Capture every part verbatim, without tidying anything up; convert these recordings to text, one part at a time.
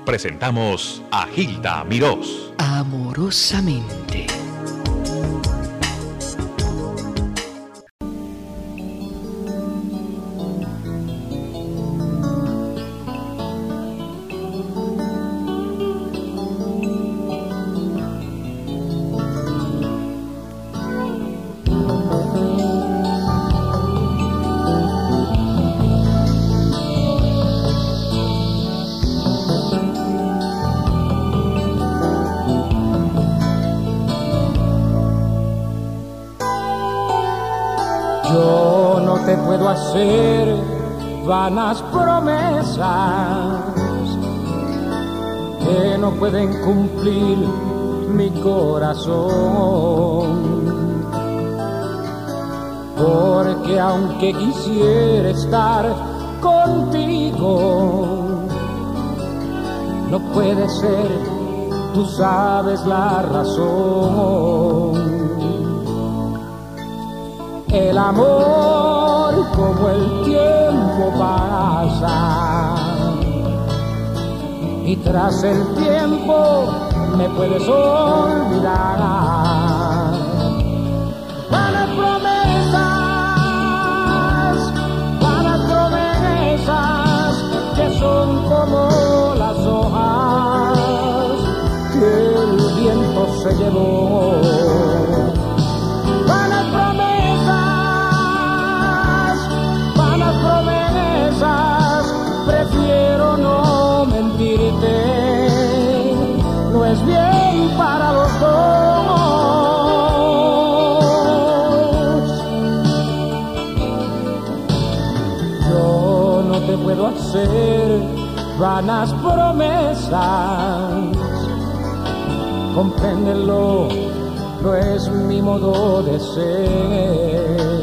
presentamos a Gilda Mirós. Amorosamente. Yo no te puedo hacer vanas promesas que no pueden cumplir mi corazón, porque aunque quisiera estar contigo, no puede ser, tú sabes la razón. El amor como el tiempo pasa, y tras el tiempo me puedes olvidar. Vanas promesas, vanas promesas que son como las hojas que el viento se llevó. Vanas promesas, prefiero no mentirte, no es bien para los dos. Yo no te puedo hacer vanas promesas, compréndelo, no es mi modo de ser.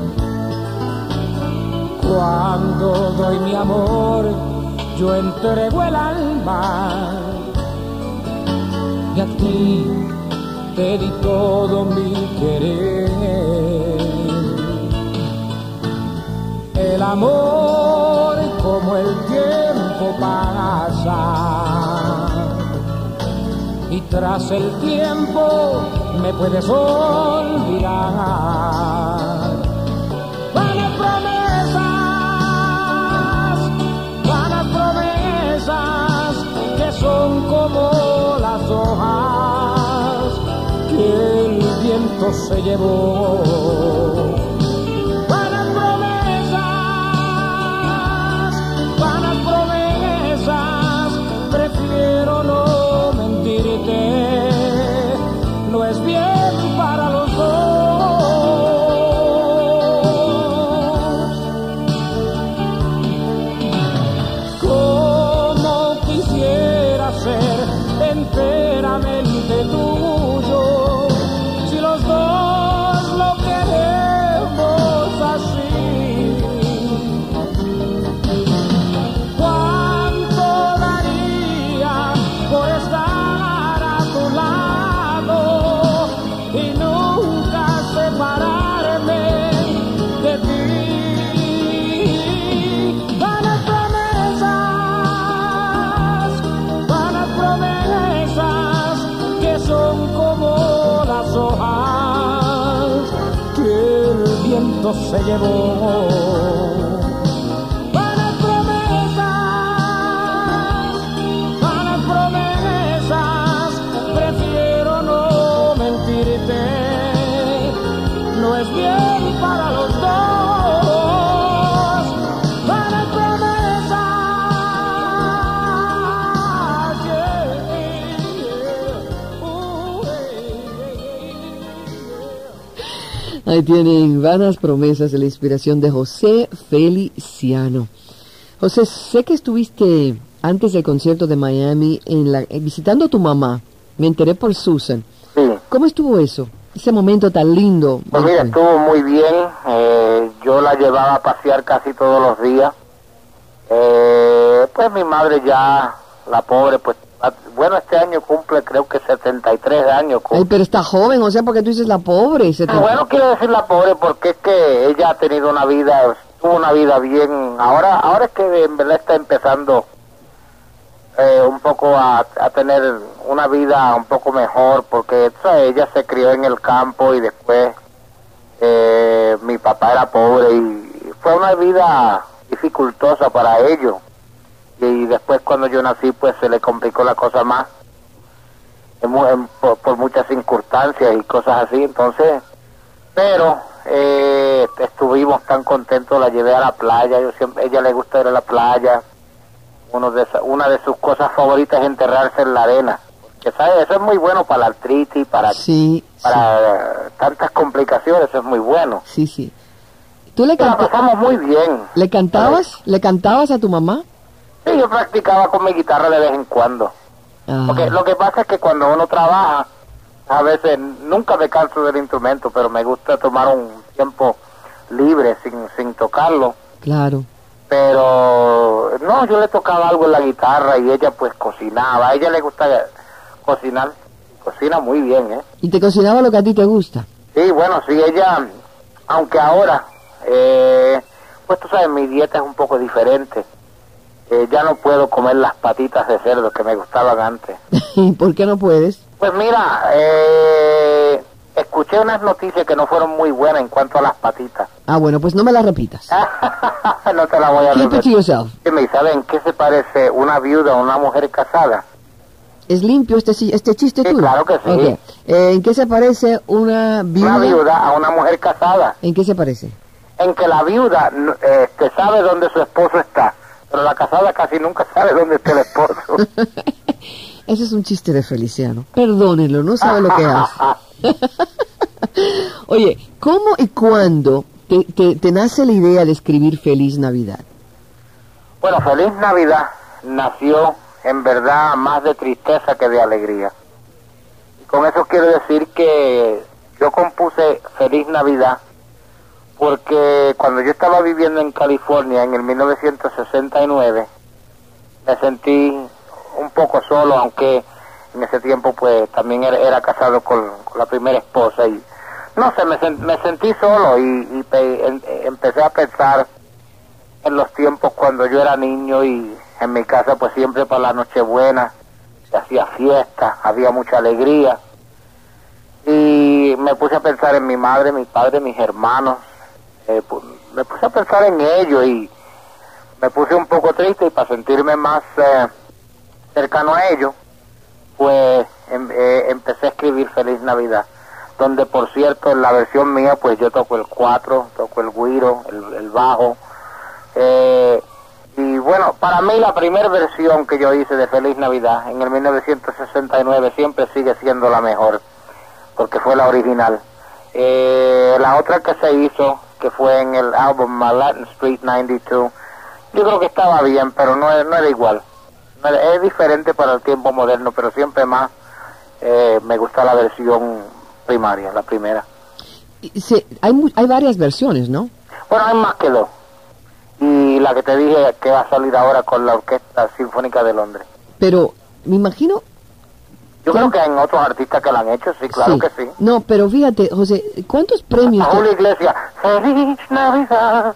Cuando doy mi amor, yo entrego el alma, y a ti te di todo mi querer. El amor como el tiempo pasa, y tras el tiempo me puedes olvidar. Vanas promesas, que son como las hojas que el viento se llevó. Vanas promesas, vanas promesas, prefiero no mentirte, no es bien para los dos. Enteramente tuyo, si los dos lo queremos así. ¿Cuánto daría por estar a tu lado y nunca separarme de ti? Vanas promesas, vanas promesas, que son como las hojas que el viento se llevó. Vanas promesas, vanas promesas, prefiero no mentirte, no es bien para los dos. Vanas promesas, Ahí tienen vanas promesas de la inspiración de José Feliciano. José, sé que estuviste antes del concierto de Miami en la, eh, visitando a tu mamá. Me enteré por Susan. Sí. ¿Cómo estuvo eso? Ese momento tan lindo. Pues mira, estuvo muy bien. Eh, yo la llevaba a pasear casi todos los días. Eh, pues mi madre ya, la pobre, pues, bueno, este año cumple creo que setenta y tres años. Ay, pero está joven, o sea, porque tú dices la pobre. setenta... Bueno, quiero decir la pobre porque es que ella ha tenido una vida, tuvo una vida bien. Ahora ahora es que en verdad está empezando, eh, un poco a, a tener una vida un poco mejor, porque ¿sabes? Ella se crió en el campo y después eh, mi papá era pobre y fue una vida dificultosa para ellos. Y después cuando yo nací pues se le complicó la cosa más en, en, por, por muchas circunstancias y cosas así. Entonces, pero eh, estuvimos tan contentos, la llevé a la playa. Yo siempre, ella le gusta ir a la playa. Uno de esa, una de sus cosas favoritas es enterrarse en la arena, que sabes, eso es muy bueno para la artritis, para Sí, para sí. eh, tantas complicaciones, eso es muy bueno. Sí, sí. ¿Tú le, Y la canta- pasamos muy bien. ¿Le cantabas? ¿Le cantabas a tu mamá? Sí, yo practicaba con mi guitarra de vez en cuando. Ah, Porque lo que pasa es que cuando uno trabaja, a veces nunca me canso del instrumento, pero me gusta tomar un tiempo libre sin, sin tocarlo. claro. Pero no, yo le tocaba algo en la guitarra y ella pues cocinaba. A ella le gusta cocinar, cocina muy bien, ¿eh? ¿Y te cocinaba lo que a ti te gusta? Sí, bueno, sí, ella, aunque ahora, eh, pues tú sabes, mi dieta es un poco diferente. Eh, ya no puedo comer las patitas de cerdo que me gustaban antes. ¿Y por qué no puedes? Pues mira, eh, escuché unas noticias que no fueron muy buenas en cuanto a las patitas. Ah, bueno, pues no me la repitas. No te la voy a Keep it to repetir. yourself. Dime, ¿saben en qué se parece una viuda a una mujer casada? ¿Es limpio este, chi- este chiste Sí, tuyo? claro que sí. Ok. Eh, ¿En qué se parece una viuda? Una viuda a una mujer casada. ¿En qué se parece? En que la viuda n- este, sabe dónde su esposo está, pero la casada casi nunca sabe dónde está el esposo. Ese es un chiste de Feliciano. Perdónenlo, no sabe lo que hace. Oye, ¿cómo y cuándo te, te, te nace la idea de escribir Feliz Navidad? Bueno, Feliz Navidad nació en verdad más de tristeza que de alegría. Y con eso quiero decir que yo compuse Feliz Navidad porque cuando yo estaba viviendo en California en el mil novecientos sesenta y nueve, me sentí un poco solo, aunque en ese tiempo pues también era, era casado con, con la primera esposa y no sé, me, sen- me sentí solo y, y pe- en- empecé a pensar en los tiempos cuando yo era niño y en mi casa pues siempre para la Nochebuena se hacía fiesta, había mucha alegría y me puse a pensar en mi madre, mi padre, mis hermanos, eh, pu- me puse a pensar en ellos y me puse un poco triste y para sentirme más eh, cercano a ellos pues em- eh, empecé a escribir Feliz Navidad, donde por cierto en la versión mía pues yo toco el cuatro, toco el güiro, el, el bajo. Eh, y bueno, para mí la primera versión que yo hice de Feliz Navidad en el mil novecientos sesenta y nueve siempre sigue siendo la mejor, porque fue la original. Eh, la otra que se hizo, que fue en el álbum uh, Latin Street noventa y dos, yo creo que estaba bien, pero no, no era igual. No era- es diferente para el tiempo moderno, pero siempre más eh, me gusta la versión primaria, la primera. Y se- hay, mu- hay varias versiones, ¿no? Bueno, hay más que dos. Y la que te dije que va a salir ahora con la Orquesta Sinfónica de Londres. Pero me imagino... Yo ¿Cuán- creo que hay otros artistas que la han hecho, sí, claro que sí. No, pero fíjate, José, ¿cuántos premios... A te- Julio Iglesias, ¡Feliz Navidad!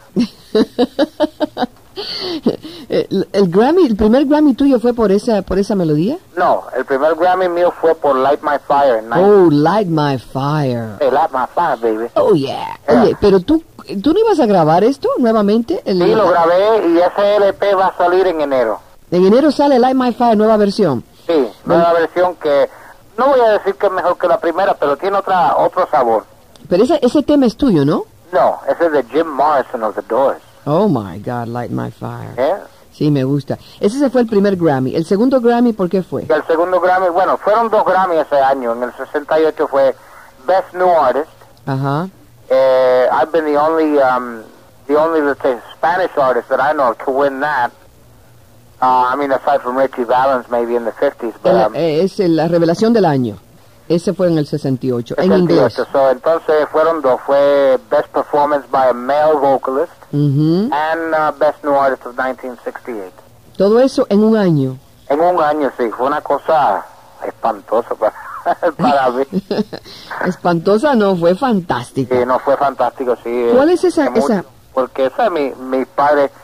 el, el Grammy, el primer Grammy tuyo fue por esa, por esa melodía? No, el primer Grammy mío fue por Light My Fire. En Oh, Light My Fire. Hey, Light My Fire, baby. Oh, yeah. Yeah. Oye, pero tú, ¿tú no ibas a grabar esto nuevamente? El- Sí, lo grabé y ese L P va a salir en enero. En enero sale Light My Fire, nueva versión. Sí, nueva versión que no voy a decir que es mejor que la primera, pero tiene otra otro sabor. Pero ese, ese tema es tuyo, ¿no? No, ese es de Jim Morrison of The Doors. Oh, my God, Light My Fire. ¿eh? Sí, me gusta. Ese se fue el primer Grammy. ¿El segundo Grammy por qué fue? Y el segundo Grammy, bueno, fueron dos Grammy ese año. En el sesenta y ocho fue Best New Artist. Ajá. Uh, I've been the only, um, the only, let's say, Spanish artist that I know to win that. Uh, I mean, aside from Richie Valens, maybe in the fifties, but El- um, eh, es el- la revelación del año. Ese fue en el sesenta y ocho, en sesenta y inglés. ocho. So, entonces fueron dos. Fue Best Performance by a Male Vocalist Ujú. and uh, Best New Artist of nineteen sixty-eight. Todo eso en un año. En un año, sí. Fue una cosa espantosa para, para mí. Espantosa no, fue fantástica. Sí, no fue fantástico, sí. ¿Cuál es esa- eh, mucho, esa? Porque esa, mi, mis padres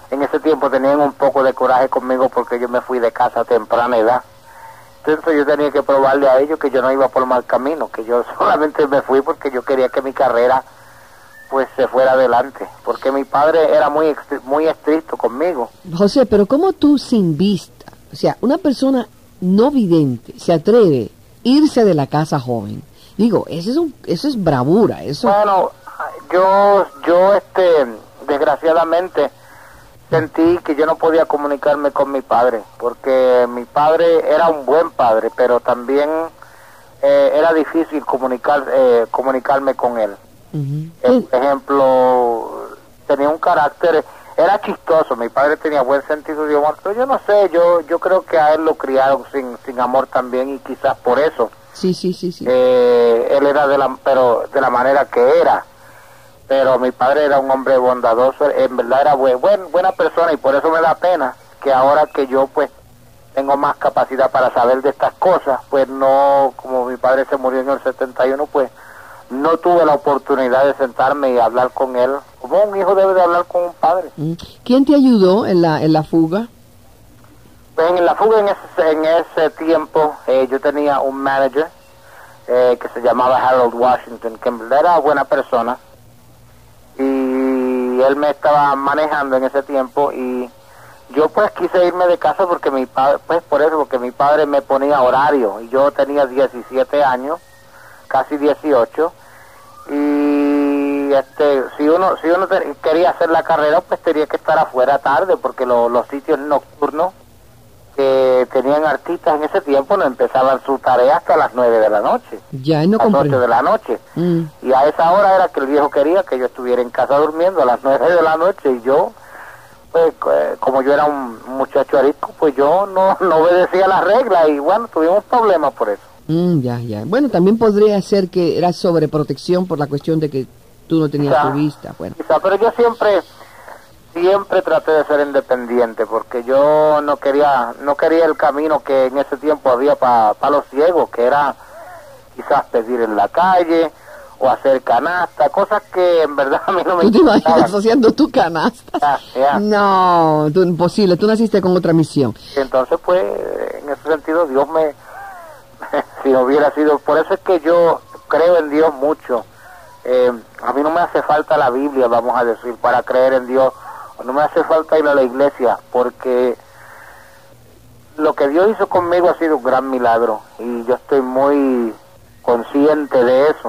en ese tiempo tenían un poco de coraje conmigo porque yo me fui de casa a temprana edad. Entonces yo tenía que probarle a ellos que yo no iba por mal camino, que yo solamente me fui porque yo quería que mi carrera pues se fuera adelante, porque mi padre era muy muy estricto conmigo. José, pero ¿cómo tú sin vista, o sea, una persona no vidente se atreve a irse de la casa joven? Digo, eso es un, eso es bravura, eso. Bueno, yo yo este desgraciadamente sentí que yo no podía comunicarme con mi padre, porque mi padre era un buen padre, pero también eh, era difícil comunicar eh, comunicarme con él. Uh-huh. Eh, por ejemplo, tenía un carácter, era chistoso, mi padre tenía buen sentido de humor, pero yo no sé, yo yo creo que a él lo criaron sin sin amor también, y quizás por eso. Sí, sí, sí, sí. Eh, él era de la, pero de la manera que era. Pero mi padre era un hombre bondadoso, en verdad era buen, buen, buena persona, y por eso me da pena que ahora que yo pues tengo más capacidad para saber de estas cosas, pues no, como mi padre se murió en el setenta y uno, pues no tuve la oportunidad de sentarme y hablar con él, como un hijo debe de hablar con un padre. ¿Quién te ayudó en la en la fuga? Pues en la fuga en ese, en ese tiempo eh, yo tenía un manager eh, que se llamaba Harold Washington, que en verdad era buena persona, y él me estaba manejando en ese tiempo, y yo pues quise irme de casa porque mi padre, pues por eso, porque mi padre me ponía horario, y yo tenía diecisiete años, casi dieciocho, y este si uno si uno te, quería hacer la carrera, pues tenía que estar afuera tarde, porque lo, los sitios nocturnos que tenían artistas en ese tiempo no empezaban su tarea hasta las nueve de la noche, ya no a las comprendo. ocho de la noche, mm. y a esa hora era que el viejo quería que yo estuviera en casa durmiendo a las nueve de la noche, y yo pues eh, como yo era un muchacho arisco, pues yo no, no obedecía las reglas, y bueno, tuvimos problemas por eso. Mm, ya, ya. Bueno, también podría ser que era sobreprotección por la cuestión de que tú no tenías quizá, tu vista. Bueno. Quizá, pero yo siempre siempre traté de ser independiente, porque yo no quería no quería el camino que en ese tiempo había para pa los ciegos, que era quizás pedir en la calle o hacer canasta, cosas que en verdad a mí no me ¿Tú te imaginas haciendo tu canasta? Ya, ya. No, tú, imposible, tú naciste con otra misión. Entonces, pues, en ese sentido, Dios me... si no hubiera sido... Por eso es que yo creo en Dios mucho. Eh, a mí no me hace falta la Biblia, vamos a decir, para creer en Dios. No me hace falta ir a la iglesia, porque lo que Dios hizo conmigo ha sido un gran milagro, y yo estoy muy consciente de eso.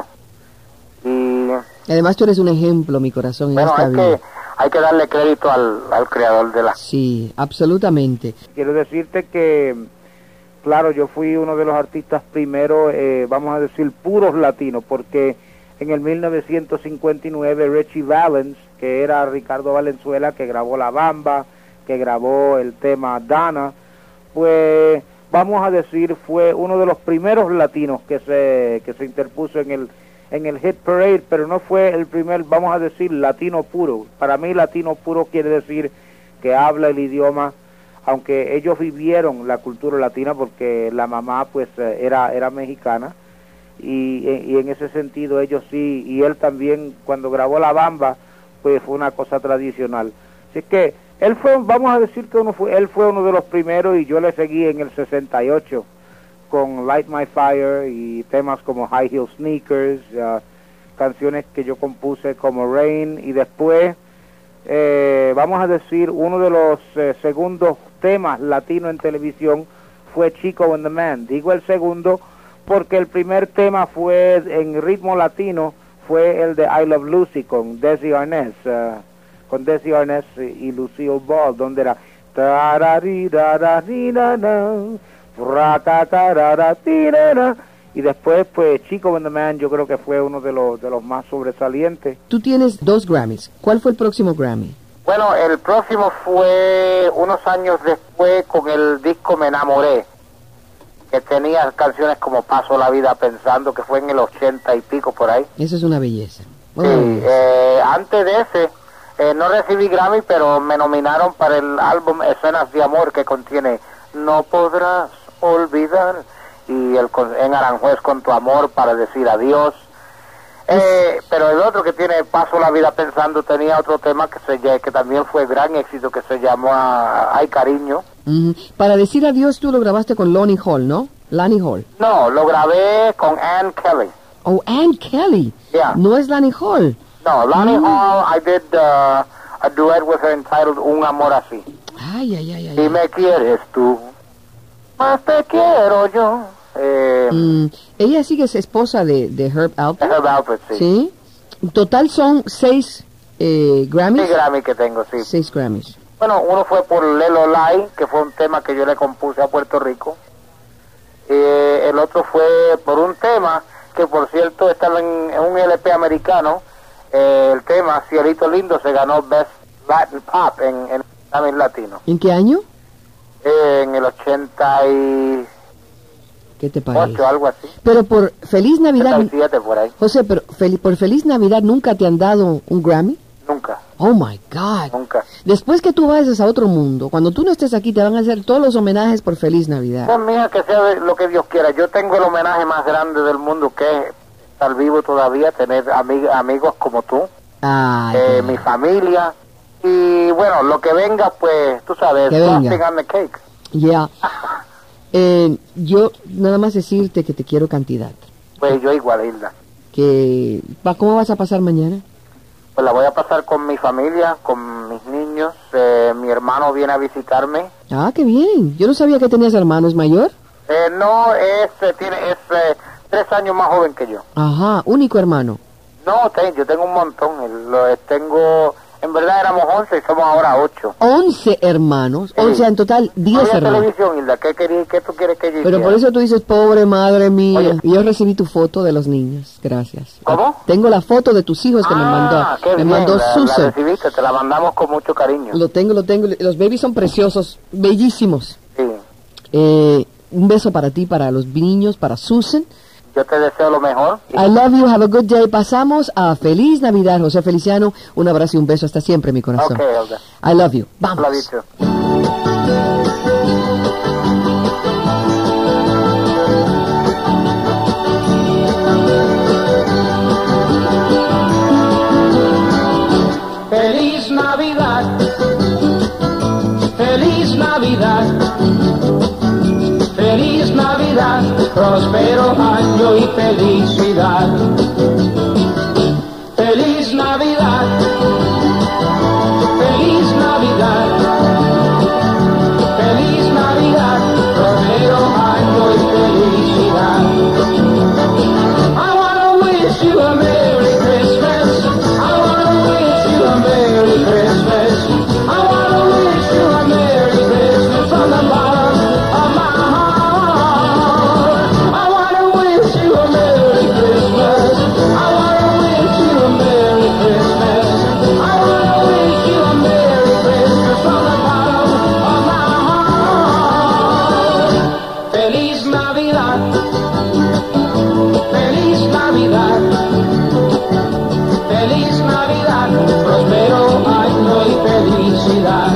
Y además tú eres un ejemplo, mi corazón, en bueno, esta hay vida. que, hay que darle crédito al, al creador de la... Sí, absolutamente. Quiero decirte que, claro, yo fui uno de los artistas primeros, eh, vamos a decir, puros latinos, porque en el mil novecientos cincuenta y nueve Richie Valens, que era Ricardo Valenzuela, que grabó La Bamba, que grabó el tema Dana, pues vamos a decir fue uno de los primeros latinos que se que se interpuso en el en el Hit Parade, pero no fue el primer, vamos a decir, latino puro. Para mí latino puro quiere decir que habla el idioma, aunque ellos vivieron la cultura latina, porque la mamá pues era era mexicana, y, y en ese sentido ellos sí, y él también cuando grabó La Bamba pues fue una cosa tradicional. Así que él fue, vamos a decir que uno fue, él fue uno de los primeros, y yo le seguí en el sesenta y ocho con Light My Fire y temas como High Heel Sneakers, uh, canciones que yo compuse como Rain, y después eh, vamos a decir uno de los eh, segundos temas latinos en televisión fue Chico and the Man. Digo el segundo porque el primer tema fue en ritmo latino, fue el de I Love Lucy con Desi Arnaz, uh, con Desi Arnaz y Lucille Ball, donde era y después pues Chico and the Man, yo creo que fue uno de los de los más sobresalientes. Tú tienes dos Grammys. ¿Cuál fue el próximo Grammy? Bueno, el próximo fue unos años después con el disco Me Enamoré, que tenía canciones como Paso la Vida Pensando, que fue en el ochenta y pico por ahí. Eso es una belleza. Sí, eh, antes de ese eh, no recibí Grammy, pero me nominaron para el álbum Escenas de Amor, que contiene No Podrás Olvidar y el en Aranjuez con Tu Amor para decir adiós. Eh, pero el otro que tiene Paso la Vida Pensando tenía otro tema que se ll- que también fue gran éxito, que se llamó ah, Ay Cariño. Ujú. Para decir adiós tú lo grabaste con Lonnie Hall, ¿no? Lonnie Hall. No, lo grabé con Ann Kelly. Oh, Ann Kelly. Yeah. No es Lonnie Hall. No, Lonnie Mm. Hall, I did uh, a duet with her entitled Un Amor Así. Ay, ay, ay, ay. Si me quieres tú, más te quiero yo. Eh, Mm, ella sí que es esposa de, de Herb Alpert. Herb Alpert, sí. Sí. En total son seis eh, Sí, Grammys. Grammy que tengo, sí. Seis Grammys. Bueno, uno fue por Lelo Lai, que fue un tema que yo le compuse a Puerto Rico. Eh, el otro fue por un tema que, por cierto, estaba en, en un L P americano. Eh, el tema, Cielito Lindo, se ganó Best Latin Pop en, en Grammy Latino. ¿En qué año? Eh, en el ochenta y ¿Qué te parece? ocho, algo así. Pero por Feliz Navidad, ochenta y siete por ahí. José, pero fel- por Feliz Navidad nunca te han dado un Grammy. Nunca, Oh my God. nunca. Después que tú vayas a otro mundo, cuando tú no estés aquí, te van a hacer todos los homenajes por Feliz Navidad. Pues mía, que sea de lo que Dios quiera. Yo tengo el homenaje más grande del mundo, que es estar vivo todavía, tener ami- amigos como tú, Ay, eh, qué- mi familia. Y bueno, lo que venga, pues, tú sabes, Que venga. frosting on the cake. ya. Eh, yo nada más decirte que te quiero cantidad. Pues yo igual, Hilda. Que, pa- ¿cómo vas a pasar mañana? Pues la voy a pasar con mi familia, con mis niños. Eh, mi hermano viene a visitarme. Ah, qué bien. Yo no sabía que tenías hermanos mayor. Eh, no, es, eh, tiene, es eh, tres años más joven que yo. Ajá, único hermano. No, te- yo tengo un montón. El- lo- eh, tengo, en verdad éramos once y somos ahora ocho. Once hermanos. Sí. O sea, en total, No diez había hermanos. televisión, Hilda. ¿Qué, querí- qué tú quieres que yo Pero hiciera? por eso tú dices, pobre madre mía. Oye. Y yo recibí tu foto de los niños. Gracias. ¿Cómo? Tengo la foto de tus hijos que me Ah, mandó. qué Me bien, mandó la, la Susan. recibiste, te la mandamos con mucho cariño. Lo tengo, lo tengo. Los babies son preciosos, bellísimos. Sí, Eh, un beso para ti, para los niños, para Susan. yo te deseo lo mejor. I love you, have a good day. Pasamos a Feliz Navidad, José Feliciano. Un abrazo y un beso hasta siempre, mi corazón. Ok, Hilda. I love you. Vamos. Love you too. Feliz Navidad, feliz Navidad, feliz Navidad, próspero año y felicidad. Feliz Navidad, feliz Navidad, feliz Navidad, próspero año y felicidad. I wanna wish you a Merry Christmas. I wanna wish you a Merry Christmas. I wanna wish you a Merry Christmas from the bottom of my heart. I wanna wish you a Merry Christmas. I wanna wish you a Merry Christmas. I wanna wish you a Merry Christmas from the bottom of my heart. Feliz Navidad. Feliz Navidad, feliz Navidad, próspero año y felicidad.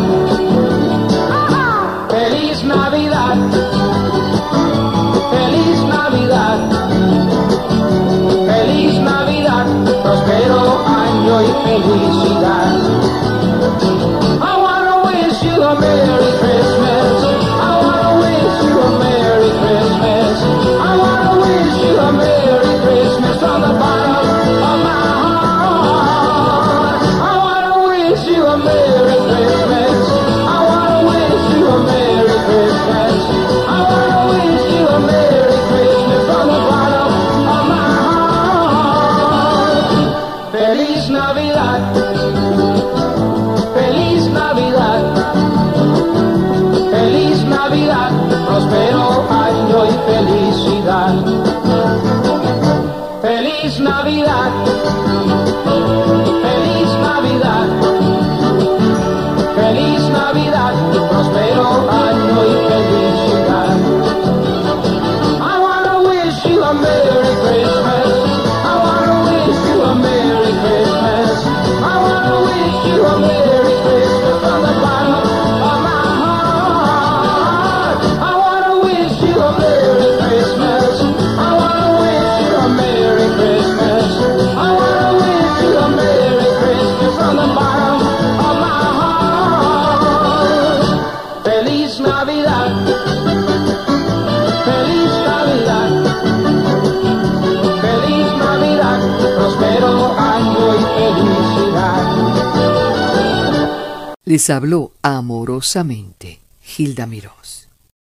Feliz Navidad, feliz Navidad, feliz Navidad, próspero año y felicidad. I wanna wish you a Merry Christmas. I wanna wish you a Merry Christmas. I wanna wish you a Merry Christmas from the bottom of my heart. I wanna wish you a Merry Christmas. I wanna wish you a Merry Christmas. I wanna wish you a Merry Christmas from the bottom of my heart. Feliz Navidad. Feliz Navidad, feliz Navidad, próspero año y felicidad. Feliz Navidad, feliz Navidad, feliz Navidad, próspero año y felicidad. I wanna wish you a Merry Christmas. I wanna wish you a Merry Christmas. I wanna wish you a Merry Christmas from the bottom of my heart. I wanna wish you a Merry Christmas. felicidad. Les habló amorosamente Gilda Mirós.